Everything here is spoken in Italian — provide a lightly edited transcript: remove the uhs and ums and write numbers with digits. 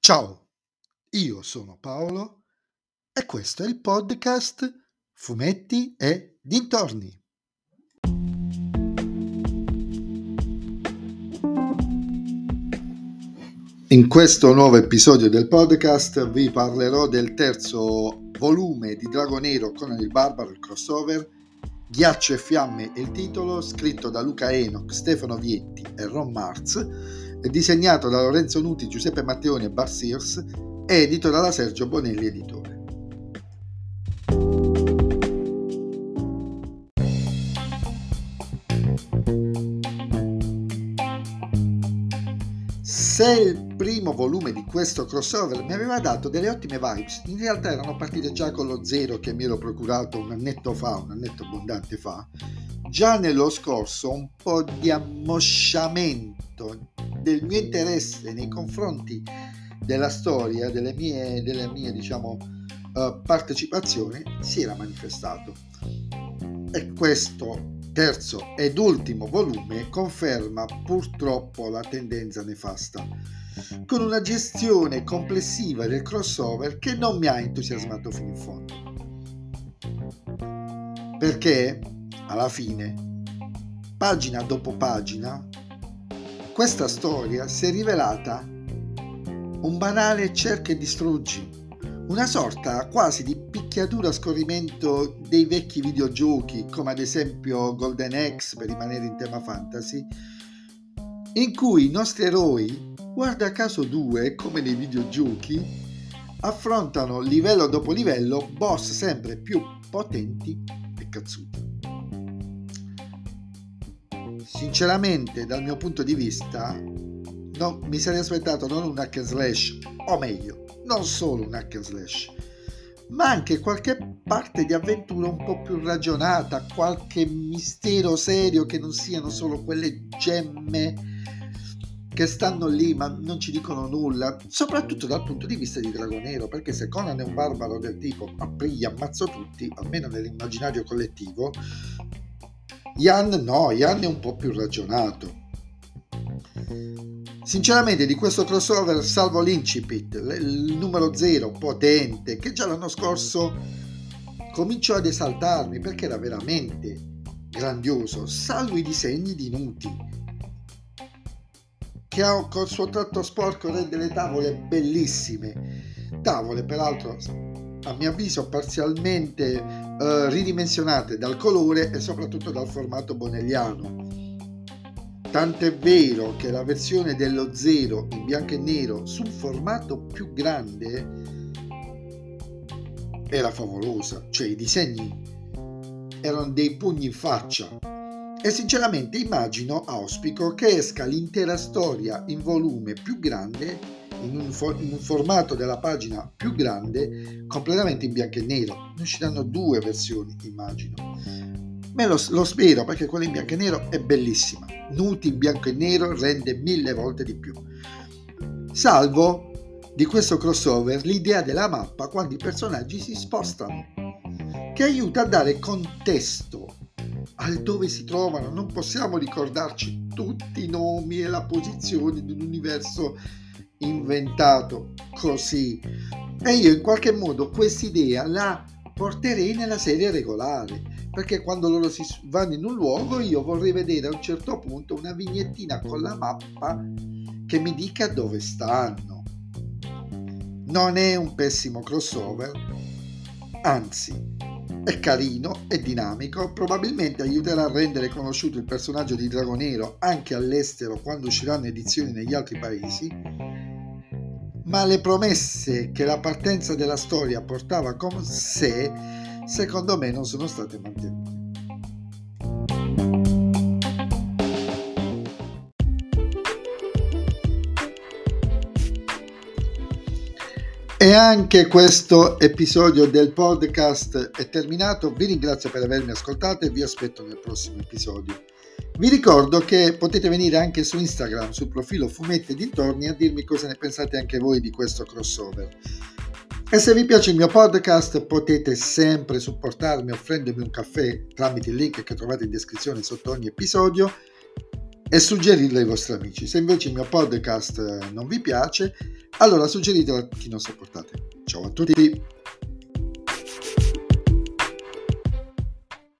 Ciao, io sono Paolo e questo è il podcast Fumetti e Dintorni. In questo nuovo episodio del podcast vi parlerò del terzo volume di Drago Nero Conan il Barbaro, il crossover. Ghiaccio e Fiamme è il titolo, scritto da Luca Enoch, Stefano Vietti e Ron Marz, disegnato da Lorenzo Nuti, Giuseppe Matteoni e Bar Sears, e edito dalla Sergio Bonelli Editore. Se il primo volume di questo crossover mi aveva dato delle ottime vibes, in realtà erano partite già con lo zero che mi ero procurato un annetto abbondante fa. Già nello scorso un po' di ammosciamento del mio interesse nei confronti della storia, delle mie partecipazioni si era manifestato. E questo terzo ed ultimo volume conferma purtroppo la tendenza nefasta, con una gestione complessiva del crossover che non mi ha entusiasmato fino in fondo. Perché alla fine, pagina dopo pagina, questa storia si è rivelata un banale cerca e distruggi, una sorta quasi di picchiatura a scorrimento dei vecchi videogiochi, come ad esempio Golden Axe, per rimanere in tema fantasy, in cui i nostri eroi, guarda caso due, come nei videogiochi, affrontano livello dopo livello boss sempre più potenti e cazzuti. Sinceramente, dal mio punto di vista, mi sarei aspettato non un hack and slash, o meglio, non solo un hack and slash, ma anche qualche parte di avventura un po' più ragionata, qualche mistero serio che non siano solo quelle gemme che stanno lì ma non ci dicono nulla, soprattutto dal punto di vista di Drago Nero, perché se Conan è un barbaro del tipo aprì, ammazzo tutti, almeno nell'immaginario collettivo, Jan è un po' più ragionato. Sinceramente di questo crossover salvo l'incipit, il numero 0 potente, che già l'anno scorso cominciò ad esaltarmi perché era veramente grandioso, salvo i disegni di Nuti, che col suo tratto sporco rende le tavole bellissime, tavole peraltro a mio avviso parzialmente ridimensionate dal colore e soprattutto dal formato bonelliano. Tant'è vero che la versione dello Zero in bianco e nero su un formato più grande era favolosa, cioè i disegni erano dei pugni in faccia, e sinceramente auspico che esca l'intera storia in volume più grande, in un formato della pagina più grande, completamente in bianco e nero. Ne usciranno 2 versioni, immagino. Lo spero, perché quella in bianco e nero è bellissima. Nuti in bianco e nero rende 1000 volte di più. Salvo di questo crossover l'idea della mappa quando i personaggi si spostano, che aiuta a dare contesto al dove si trovano. Non possiamo ricordarci tutti i nomi e la posizione di un universo inventato così, e io in qualche modo quest'idea la porterei nella serie regolare, perché quando loro si vanno in un luogo io vorrei vedere a un certo punto una vignettina con la mappa che mi dica dove stanno. Non è un pessimo crossover, anzi è carino e dinamico, probabilmente aiuterà a rendere conosciuto il personaggio di Drago Nero anche all'estero quando usciranno edizioni negli altri paesi, ma le promesse che la partenza della storia portava con sé secondo me non sono state mantenute. E anche questo episodio del podcast è terminato. Vi ringrazio per avermi ascoltato e vi aspetto nel prossimo episodio. Vi ricordo che potete venire anche su Instagram, sul profilo Fumetti e Dintorni, a dirmi cosa ne pensate anche voi di questo crossover. E se vi piace il mio podcast potete sempre supportarmi offrendomi un caffè tramite il link che trovate in descrizione sotto ogni episodio e suggerirlo ai vostri amici. Se invece il mio podcast non vi piace, allora suggeritelo a chi non sopportate. Ciao a tutti!